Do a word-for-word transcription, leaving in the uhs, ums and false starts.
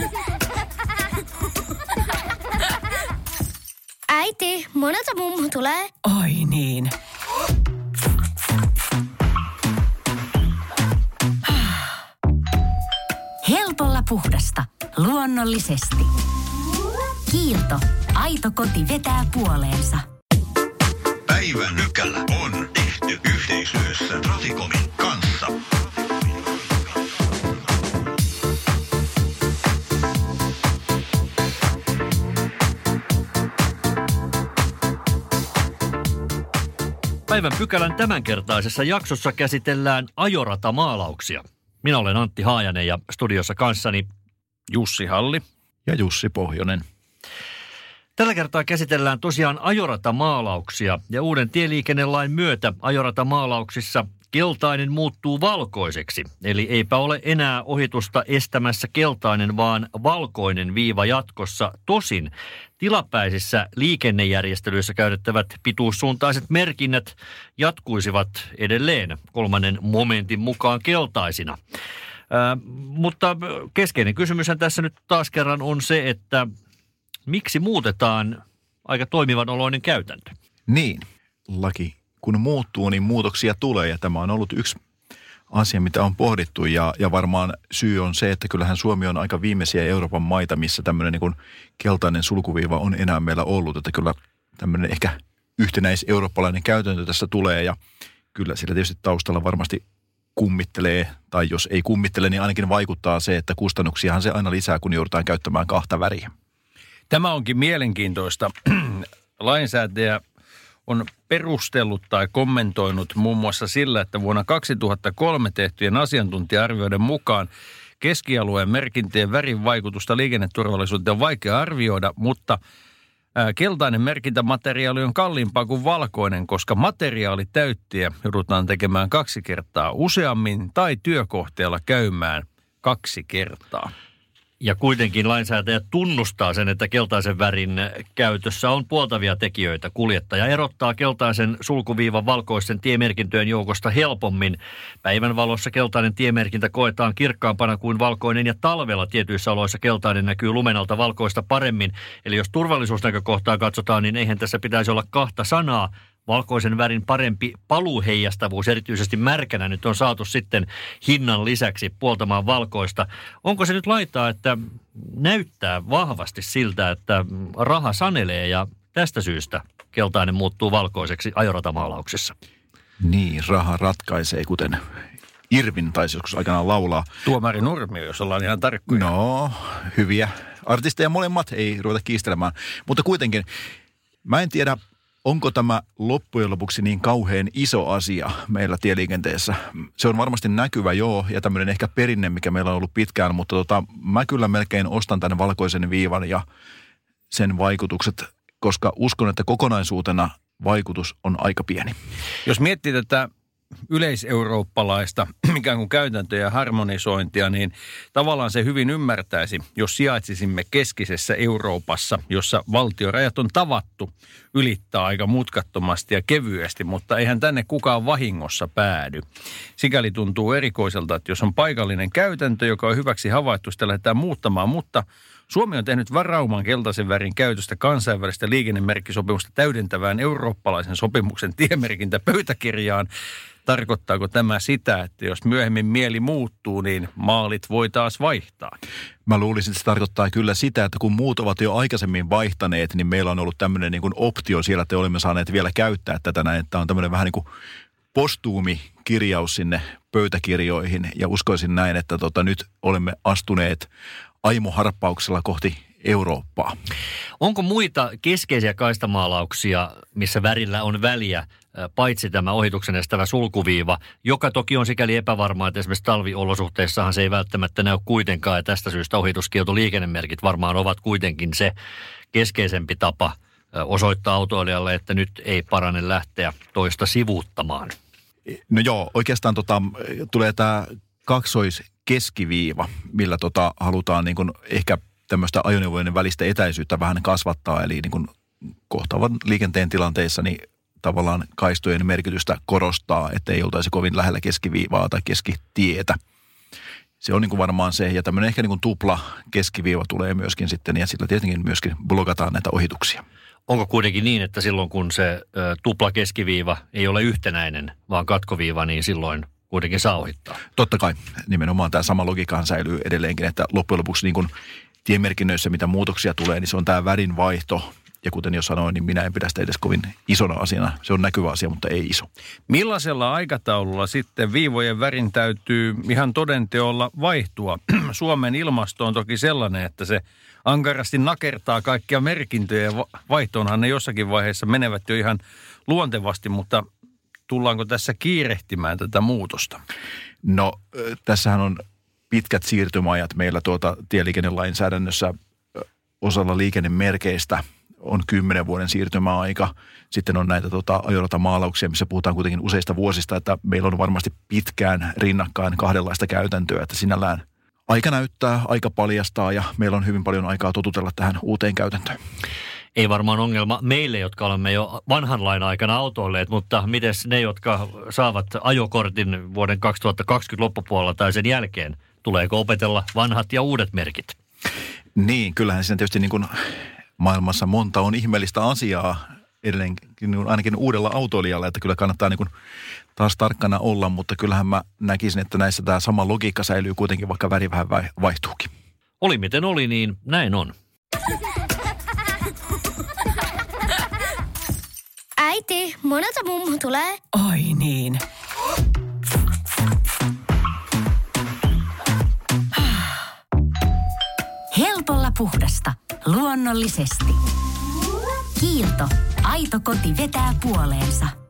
Äiti, monelta mummu tulee? Oi niin. Helpolla puhdasta. Luonnollisesti. Kiilto. Aito koti vetää puoleensa. Päivän Nykällä on tehty yhteistyössä Traficomin kanssa. Päivän Pykälän tämänkertaisessa jaksossa käsitellään ajorata-maalauksia. Minä olen Antti Haajanen ja studiossa kanssani Jussi Halli ja Jussi Pohjonen. Tällä kertaa käsitellään tosiaan ajorata-maalauksia ja uuden tieliikennelain myötä ajoratamaalauksissa keltainen muuttuu valkoiseksi. Eli eipä ole enää ohitusta estämässä keltainen, vaan valkoinen viiva jatkossa. Tosin tilapäisissä liikennejärjestelyissä käytettävät pituussuuntaiset merkinnät jatkuisivat edelleen kolmannen momentin mukaan keltaisina. Ää, mutta keskeinen kysymyshän tässä nyt taas kerran on se, että miksi muutetaan aika toimivan oloinen käytäntö? Niin, laki kun muuttuu, niin muutoksia tulee ja tämä on ollut yksi asia, mitä on pohdittu ja, ja varmaan syy on se, että kyllähän Suomi on aika viimeisiä Euroopan maita, missä tämmöinen niin kuin keltainen sulkuviiva on enää meillä ollut, että kyllä tämmöinen ehkä yhtenäis-eurooppalainen käytäntö tässä tulee ja kyllä sillä tietysti taustalla varmasti kummittelee, tai jos ei kummittele, niin ainakin vaikuttaa se, että kustannuksiahan se aina lisää, kun joudutaan käyttämään kahta väriä. Tämä onkin mielenkiintoista. Lainsäätäjä on perustellut tai kommentoinut muun muassa sillä, että vuonna kaksituhattakolme tehtyjen asiantuntija-arvioiden mukaan keskialueen merkintöjen värin vaikutusta liikenneturvallisuuteen on vaikea arvioida, mutta keltainen merkintämateriaali on kalliimpaa kuin valkoinen, koska materiaalitäyttiä joudutaan tekemään kaksi kertaa useammin tai työkohteella käymään kaksi kertaa. Ja kuitenkin lainsäätäjä tunnustaa sen, että keltaisen värin käytössä on puoltavia tekijöitä. Kuljettaja erottaa keltaisen sulkuviivan valkoisten tiemerkintöjen joukosta helpommin. Päivänvalossa keltainen tiemerkintä koetaan kirkkaampana kuin valkoinen ja talvella tietyissä oloissa keltainen näkyy lumenalta valkoista paremmin. Eli jos turvallisuusnäkökohtaa katsotaan, niin eihän tässä pitäisi olla kahta sanaa. Valkoisen värin parempi paluuheijastavuus, erityisesti märkänä, nyt on saatu sitten hinnan lisäksi puoltamaan valkoista. Onko se nyt laitaa, että näyttää vahvasti siltä, että raha sanelee ja tästä syystä keltainen muuttuu valkoiseksi ajoratamaalauksissa? Niin, raha ratkaisee, kuten Irvin taisi joskus aikanaan laulaa. Tuomari Nurmio, jos ollaan ihan tarkkoja. No, hyviä artisteja molemmat, ei ruveta kiistelemään. Mutta kuitenkin, mä en tiedä, onko tämä loppujen lopuksi niin kauhean iso asia meillä tieliikenteessä? Se on varmasti näkyvä, joo, ja tämmöinen ehkä perinne, mikä meillä on ollut pitkään, mutta tota, mä kyllä melkein ostan tänne valkoisen viivan ja sen vaikutukset, koska uskon, että kokonaisuutena vaikutus on aika pieni. Jos miettii tätä yleiseurooppalaista ikään kuin käytäntöä ja harmonisointia, niin tavallaan se hyvin ymmärtäisi, jos sijaitsisimme keskisessä Euroopassa, jossa valtiorajat on tavattu ylittää aika mutkattomasti ja kevyesti, mutta eihän tänne kukaan vahingossa päädy. Sikäli tuntuu erikoiselta, että jos on paikallinen käytäntö, joka on hyväksi havaittu, sitä lähdetään muuttamaan, mutta Suomi on tehnyt varauman keltaisen värin käytöstä kansainvälistä liikennemerkkisopimusta täydentävään eurooppalaisen sopimuksen tiemerkintäpöytäkirjaan. Tarkoittaako tämä sitä, että jos myöhemmin mieli muuttuu, niin maalit voi taas vaihtaa? Mä luulisin, että se tarkoittaa kyllä sitä, että kun muut ovat jo aikaisemmin vaihtaneet, niin meillä on ollut tämmöinen niin kuin optio siellä, että olemme saaneet vielä käyttää tätä näin, että on tämmöinen vähän niin kuin postuumikirjaus sinne pöytäkirjoihin. Ja uskoisin näin, että tota, nyt olemme astuneet aimoharppauksella kohti Eurooppaa. Onko muita keskeisiä kaistamaalauksia, missä värillä on väliä, paitsi tämä ohituksen estävä sulkuviiva, joka toki on sikäli epävarmaa, että esimerkiksi talviolosuhteissahan se ei välttämättä näy kuitenkaan, ja tästä syystä ohituskieltoliikennemerkit varmaan ovat kuitenkin se keskeisempi tapa osoittaa autoilijalle, että nyt ei parane lähteä toista sivuuttamaan. No joo, oikeastaan tota, tulee tämä kaksoiskeskiviiva, millä tota, halutaan niin kuin ehkä tämmöistä ajoneuvojen välistä etäisyyttä vähän kasvattaa, eli niin kuin kohtaavan liikenteen tilanteissa niin tavallaan kaistojen merkitystä korostaa, ettei oltaisi kovin lähellä keskiviivaa tai keskitietä. Se on niin kuin varmaan se, ja tämmöinen ehkä niin kuin tupla keskiviiva tulee myöskin sitten, ja sillä tietenkin myöskin blokataan näitä ohituksia. Onko kuitenkin niin, että silloin kun se ö, tupla keskiviiva ei ole yhtenäinen, vaan katkoviiva, niin silloin kuitenkin saa ohittaa? Totta kai. Nimenomaan tämä sama logiikkahan säilyy edelleenkin, että loppujen lopuksi niin kuin tiemerkinnöissä, mitä muutoksia tulee, niin se on tämä värin vaihto. Ja kuten jo sanoin, niin minä en pidä sitä edes kovin isona asiana. Se on näkyvä asia, mutta ei iso. Millaisella aikataululla sitten viivojen värin täytyy ihan todenteolla vaihtua? Suomen ilmasto on toki sellainen, että se ankarasti nakertaa kaikkia merkintöjä. Vaihtoonhan ne jossakin vaiheessa menevät jo ihan luontevasti, mutta tullaanko tässä kiirehtimään tätä muutosta? No, tässähän on pitkät siirtymäajat meillä tuota tieliikennelainsäädännössä osalla liikennemerkeistä. On kymmenen vuoden siirtymäaika. Sitten on näitä tota, ajorata-maalauksia, missä puhutaan kuitenkin useista vuosista, että meillä on varmasti pitkään rinnakkain kahdenlaista käytäntöä, että sinällään aika näyttää, aika paljastaa ja meillä on hyvin paljon aikaa totutella tähän uuteen käytäntöön. Ei varmaan ongelma meille, jotka olemme jo vanhan lain aikana autoilleet, mutta mites ne, jotka saavat ajokortin vuoden kaksituhattakaksikymmentä loppupuolella tai sen jälkeen? Tuleeko opetella vanhat ja uudet merkit? Niin, kyllähän siinä tietysti niin kuin maailmassa monta on ihmeellistä asiaa edelleenkin, ainakin uudella autoilijalla, että kyllä kannattaa niin kuin taas tarkkana olla, mutta kyllähän mä näkisin, että näissä tämä sama logiikka säilyy kuitenkin, vaikka väri vähän vaihtuukin. Oli miten oli, niin näin on. Äiti, monelta mummu tulee? Oi niin. Helpolla puhdasta. Luonnollisesti. Kiilto. Aito koti vetää puoleensa.